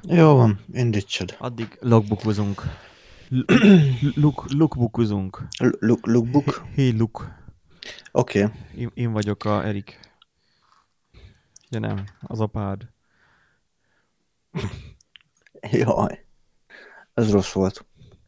Jó van, indítsad. Addig logbookozunk. Lookbookozunk. Lookbook? Hey, look. Oké. Én vagyok a Erik. Ja nem, az apád. Jaj. Ez rossz volt.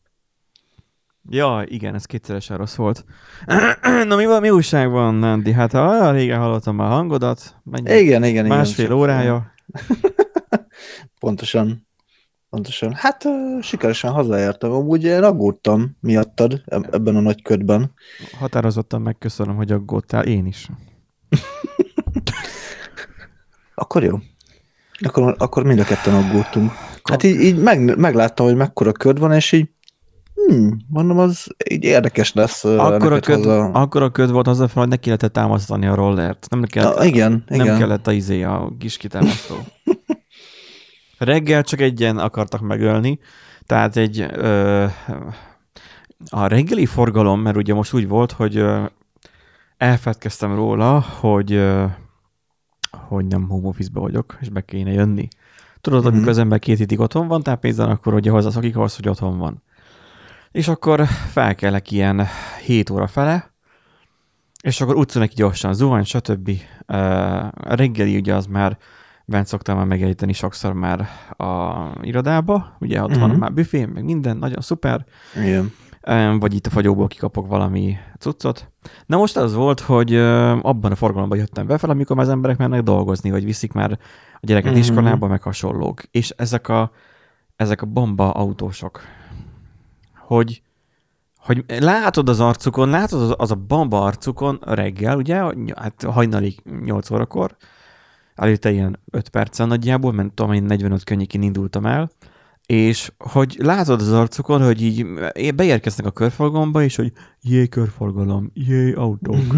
Ja, igen, ez kétszeresen rossz volt. Na mi újság van, Nandi? Hát olyan régen hallottam már a hangodat. Igen. Másfél órája. Pontosan. Hát sikeresen hazaértem. Amúgy én aggódtam miattad ebben a nagy ködben. Határozottan megköszönöm, hogy aggódtál. Én is. Akkor jó. Akkor mind a ketten aggódtunk. Hát így megláttam, hogy mekkora köd van, és így mondom, az így érdekes lesz. Akkor a köd volt hazafelé, hogy neki lehetett támasztani a rollert. Nem kellett a kis kitámasztó. Reggel csak egyen akartak megölni, tehát a reggeli forgalom, mert ugye most úgy volt, hogy elfeledkeztem róla, hogy nem home office-be vagyok, és be kéne jönni. Tudod, amikor az ember 2 hétig otthon van, tehát pénzben akkor ugye hozzászokik ahhoz, hogy otthon van. És akkor felkelek ilyen 7 óra fele, és akkor utca neki gyorsan zuhany, stb. A reggeli ugye az már bent szoktam már megejteni sokszor már a irodába, ugye ott van már büfé, meg minden, nagyon szuper. Igen. Vagy itt a fagyóból kikapok valami cuccot. Na most az volt, hogy abban a forgalomban jöttem be fel, amikor már az emberek mennek dolgozni, vagy viszik már a gyereket iskolába, meg hasonlók. És ezek a bomba autósok, hogy látod az arcukon, látod az a bomba arcukon reggel, ugye, hát hajnali 8 órakor, előtte ilyen 5 perccel nagyjából, mert tudom, én 45 környékén indultam el, és hogy látod az arcukon, hogy így beérkeznek a körforgalomba, és hogy jé körforgalom, jé autók,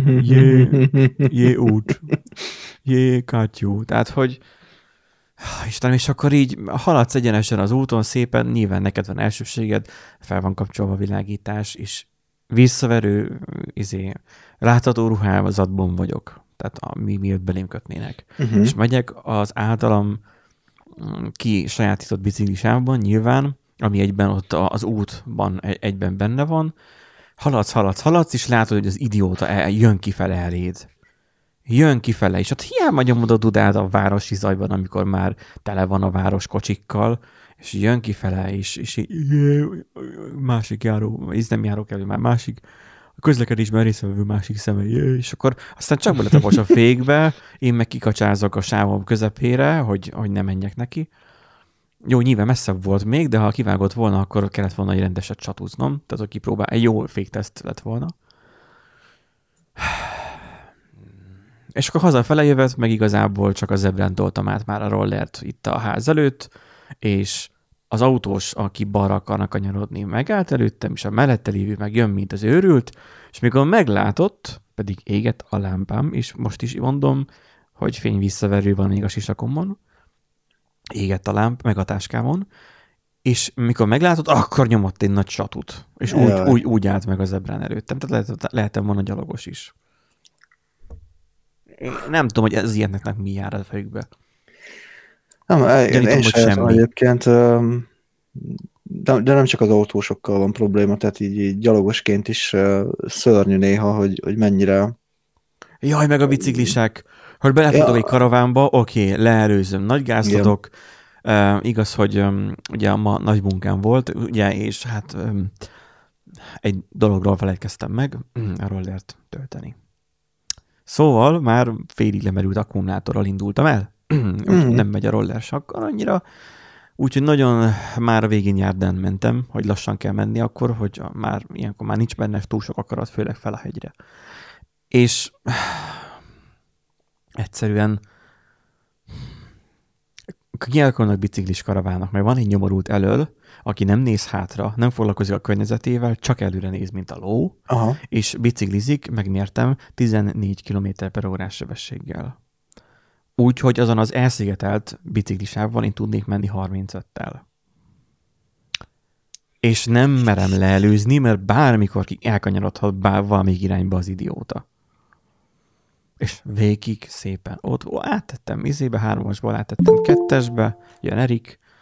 jé út, jé kátyú. Tehát, hogy Istenem, és akkor így haladsz egyenesen az úton szépen, nyilván neked van elsőséged, fel van kapcsolva a világítás, és visszaverő, látható ruházatban vagyok. Tehát miért belém kötnének. És megyek az általam ki sajátított biciklisávban, nyilván, ami egyben ott az útban egyben benne van, haladsz, és látod, hogy az idióta jön kifele eléd. Jön kifele, és ott hiába nyomod a dudát a városi zajban, amikor már tele van a város kocsikkal, és jön kifele, és másik járó, nem járók elő, már másik, a közlekedésben résztvevő másik személy, és akkor aztán csak beletapos a fékbe, én meg kikacsázok a sávom közepére, hogy ne menjek neki. Jó, nyilván messzebb volt még, de ha kivágott volna, akkor kellett volna egy rendeset csatúznom, tehát hogy kipróbál, egy jó fékteszt lett volna. És akkor hazafele jövett, meg igazából csak a zebrán toltam át már a rollert itt a ház előtt, és az autós, aki balra akarnak kanyarodni, megállt előttem, és a mellette lévő meg jön, mint az őrült, és mikor meglátott, pedig égett a lámpám, és most is mondom, hogy fényvisszaverő van még a sisakomon, égett a lámp, meg a táskámon, és mikor meglátott, akkor nyomott egy nagy satut, és úgy állt meg a zebrán előttem, tehát lehetem volna gyalogos is. Én nem tudom, hogy ez ilyeneknek mi jár a fejükbe. Én sem egyébként, de nem csak az autósokkal van probléma, tehát így gyalogosként is szörnyű néha, hogy mennyire... Jaj, meg a biciklisek. Hogy belefutok egy karavánba, oké, leelőzöm, nagy gázlatok. Igaz, hogy ugye ma nagy munkám volt, ugye, és hát egy dologról felejtkeztem meg, a rollert tölteni. Szóval már félig lemerült akkumulátorral indultam el. Nem megy a roller sakkar annyira. Úgyhogy nagyon már a végén járdán mentem, hogy lassan kell menni akkor, hogy ilyenkor már nincs benne túl sok akarat, főleg fel a hegyre. És egyszerűen kialakulnak biciklis karavánok, mert van egy nyomorult elől, aki nem néz hátra, nem foglalkozik a környezetével, csak előre néz, mint a ló, és biciklizik, megmértem, 14 km/h sebességgel. Úgyhogy azon az elszigetelt biciklisávon én tudnék menni 35-tel. És nem merem leelőzni, mert bármikor elkanyarodhat valamelyik irányba az idióta. És végig szépen ott áttettem 3-asból, áttettem 2-esbe, jön Erik,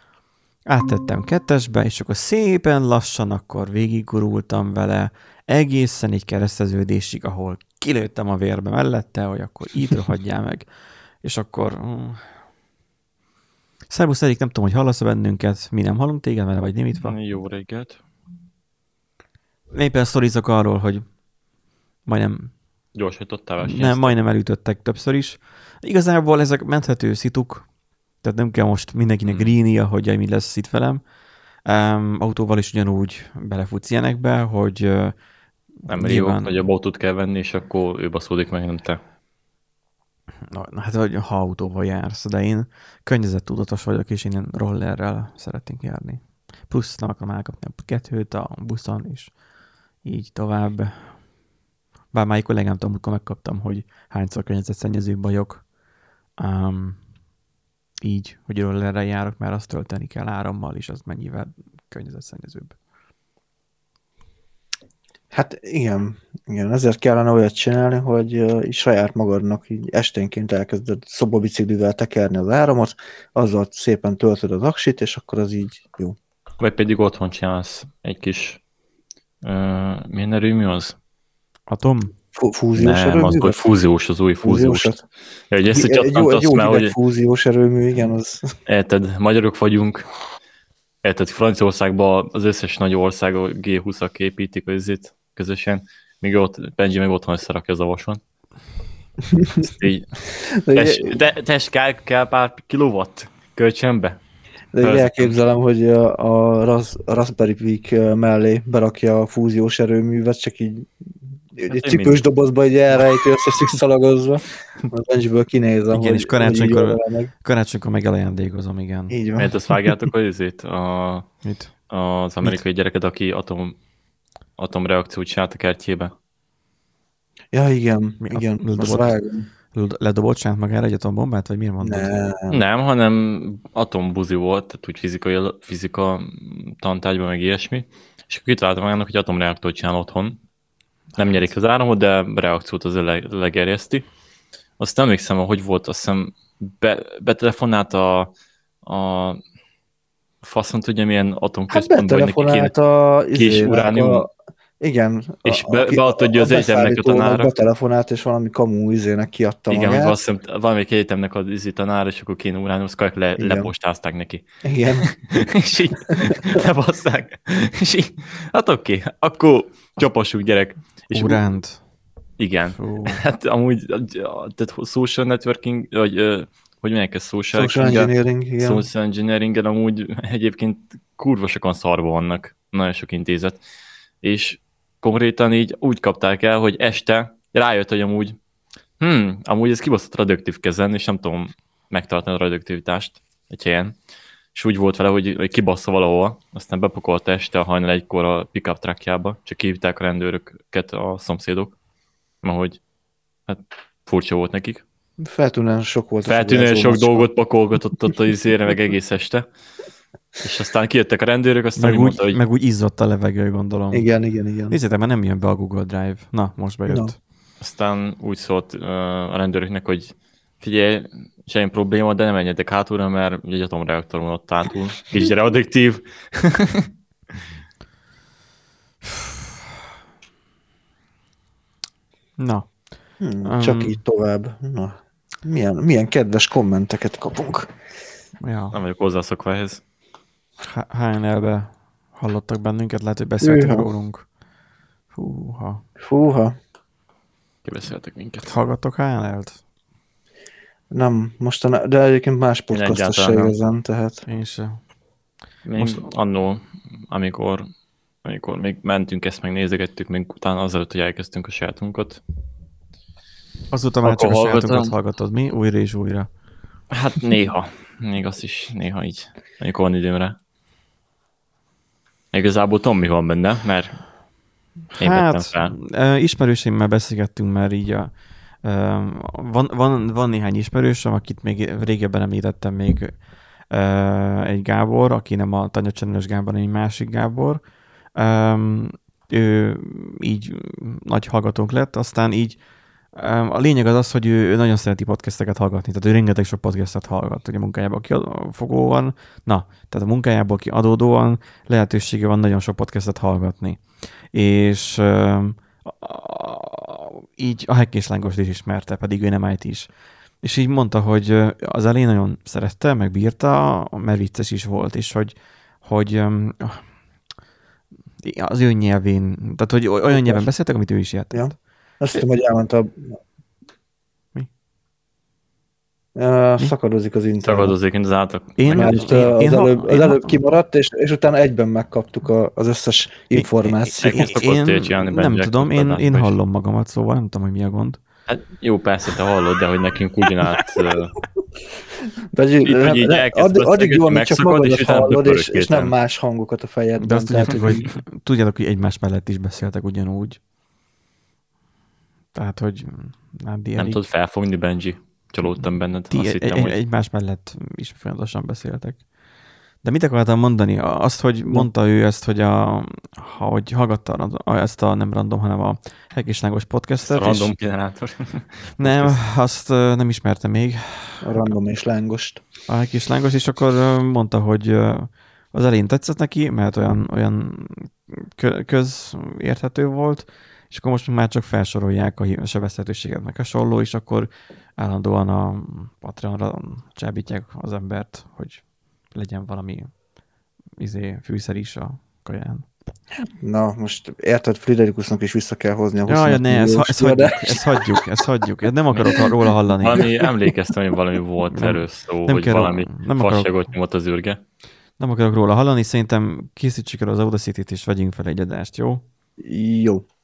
áttettem 2-esbe, és akkor szépen lassan akkor végiggurultam vele, egészen egy kereszteződésig, ahol kilőttem a vérbe mellette, hogy akkor így rohadjál meg. És akkor... Szervusz Erik, nem tudom, hogy hallasz bennünket, mi nem hallunk téged, vele vagy némítva. Jó reggelt. Éppen sztorizok arról, hogy majdnem... Gyorsítottál versenyeztem. Nem, majdnem elütöttek többször is. Igazából ezek menthető szituk, tehát nem kell most mindenkinek greenie, hogy mi lesz itt velem. Autóval is ugyanúgy belefutsz ilyenekbe, hogy nem nyilván... hogy a autót kell venni, és akkor ő baszódik meg, nem te. Na, hát, hogy ha autóval jársz, de én környezettudatos vagyok, és én rollerrel szeretnék járni. Plusz nem akarom elkapni a kettőt a buszon, és így tovább. Bár máig kollégámtól, amikor megkaptam, hogy hányszor környezetszennyezőbb vagyok, így, hogy rollerrel járok, mert azt tölteni kell árammal, és az mennyivel környezetszennyezőbb. Hát igen, ezért kellene olyat csinálni, hogy saját magadnak így esténként elkezded szobabiciklivel tekerni az áramot, azzal szépen töltöd az aksit, és akkor az így jó. Vagy pedig otthon csinálsz egy kis milyen erőmű az? Atom? Fúziós erőmű? Nem, az fúziós, az új fúziós. Egy jó fúziós erőmű, igen. Az... Érted, magyarok vagyunk. Érted, Franciaországban az összes nagy ország a G20-ak építik azért közösen, míg ott Benji meg otthon összerakja az avason. Így, kell pár kilowatt kölcsönbe. De így elképzelem, hogy a Raspberry Pi mellé berakja a fúziós erőművet, csak így egy cipős dobozba így elrejti, összeszik szalagozva. A Benjiből kinézem, igen, és karácsonykor meg elajándékozom, igen. Így van. Mert azt vágjátok Mit? Az amerikai gyereket, aki atomreakciót csinált a kertjébe. Ja, igen. Ledobott csinált magára egy atombombát, vagy miért mondod? Nem, hanem atombuzi volt, tehát úgy fizika tantárgyban, meg ilyesmi, és akkor kitalálta magának, hogy atomreaktort csinál otthon. Nem nyerik az áramot, de reakciót az legerjeszti. Azt emlékszem, hogy volt, azt hiszem betelefonált a faszon tudja, milyen atomközpontban, hogy neki kéne kis uránium. Igen. És beadta az egyetemnek a tanára. Betelefonált, és valami kamu izének kiadta magát. Igen, azt hiszem, valamelyik egyetemnek az tanára, és akkor kéne uránium, azt lepostázták neki. Igen. És így lebasszák. És így, hát oké, akkor csapassuk, gyerek. És uránt. Igen. Hát amúgy tehát social networking, vagy hogy mondják ez social engineering, igen. Social engineering-en amúgy egyébként kurva sokan szarba vannak, nagyon sok intézet. És konkrétan így úgy kapták el, hogy este rájött, hogy amúgy ez kibaszott radioaktív kezen, és nem tudom megtartani a radioaktivitást egy helyen. És úgy volt vele, hogy kibassza valahol, aztán bepakolta este a hajnal 1-kor a pick-up truckjába, csak kihívták a rendőröket a szomszédok, mert hogy hát furcsa volt nekik. Feltűnően sok volt. Feltűnően sok dolgot pakolgatott ott az izére, meg egész este. És aztán kijöttek a rendőrök, aztán mondta, hogy... Meg úgy izzott a levegő, gondolom. Igen. Nézzétek, már nem jön be a Google Drive. Na, most bejött. No. Aztán úgy szólt a rendőröknek, hogy figyelj, semmi probléma, de nem menjetek hátulra, mert egy atomreaktor van ott hátul. Kicsit radioaktív. Na. Csak így tovább. Na. Milyen kedves kommenteket kapunk. Ja. Nem vagyok hozzászokva ehhez. HNL-be hallottak bennünket, lehet, hogy beszéltek rólunk. Fúha. Ki beszéltek minket? Hallgattok HNL-t? Nem, de egyébként más podcastos se igazán, tehát. Én sem. Most annó, amikor még mentünk, ezt megnézegettük, még utána azelőtt, hogy elkezdtünk a sajátunkat. Azóta már csak a sajátunkat hallgatod, mi? Újra és újra. Hát néha. Még azt is néha így, amikor van időmre. Igazából Tommy van benne, mert én vettem fel. Ismerőseimmel beszélgettünk, mert így van néhány ismerősöm, akit még régebben említettem még egy Gábor, aki nem a Tanya Csendes Gábor, hanem egy másik Gábor. Ő így nagy hallgatónk lett, aztán így A lényeg az, hogy ő nagyon szereti podcasteket hallgatni, tehát ő rengeteg sok podcastet hallgat, ugye munkájából kifogóan, tehát a munkájából kiadódóan lehetősége van nagyon sok podcastet hallgatni. És így a Hack és Lángost is ismerte, pedig ő nem IT is. És így mondta, hogy az elején nagyon szerette, meg bírta, mert vicces is volt, és hogy az ő nyelvén, tehát hogy olyan nyelven beszéltek, amit ő is értett. Ja. Azt hiszem, hogy elmondta. Mi? Szakadozik az internet. Szakadozik, az átok. Az előbb kimaradt, és utána egyben megkaptuk az összes információt. Én nem tudom, én hallom magamat, szóval nem tudom, hogy mi a gond. Hát jó, persze, te hallod, de hogy nekünk ugyanát... Addig jó, amíg csak magadat hallod, és nem más hangokat a fejedben. De azt tudjátok, hogy egymás mellett is beszéltek ugyanúgy. Tehát, hogy... Nem tudod felfogni, Benji. Csalódtam benned. Egymás mellett is folyamatosan beszéltek. De mit akartam mondani? Azt, hogy mondta ő ezt, hogy hogy hallgatta ezt a nem random, hanem a Hack és Lángos podcastet. A random generátor. Nem, azt nem ismerte még. A random és lángost. A Hack és Lángos, és akkor mondta, hogy az elején tetszett neki, mert olyan közérthető volt, és akkor most már csak felsorolják a sebezhetőséget meg hasonló, és akkor állandóan a Patreonra csábítják az embert, hogy legyen valami fűszer is a kaján. Na, most érted, Friderikusnak is vissza kell hozni a 25 ezt hagyjuk. Nem akarok róla hallani. Valami emlékeztem, hogy valami volt erről szó, hogy valami fasságot nyomott az űrge. Nem akarok róla hallani, szerintem készítsük el az Audacity-t és vegyünk fel egy adást, jó? Jó.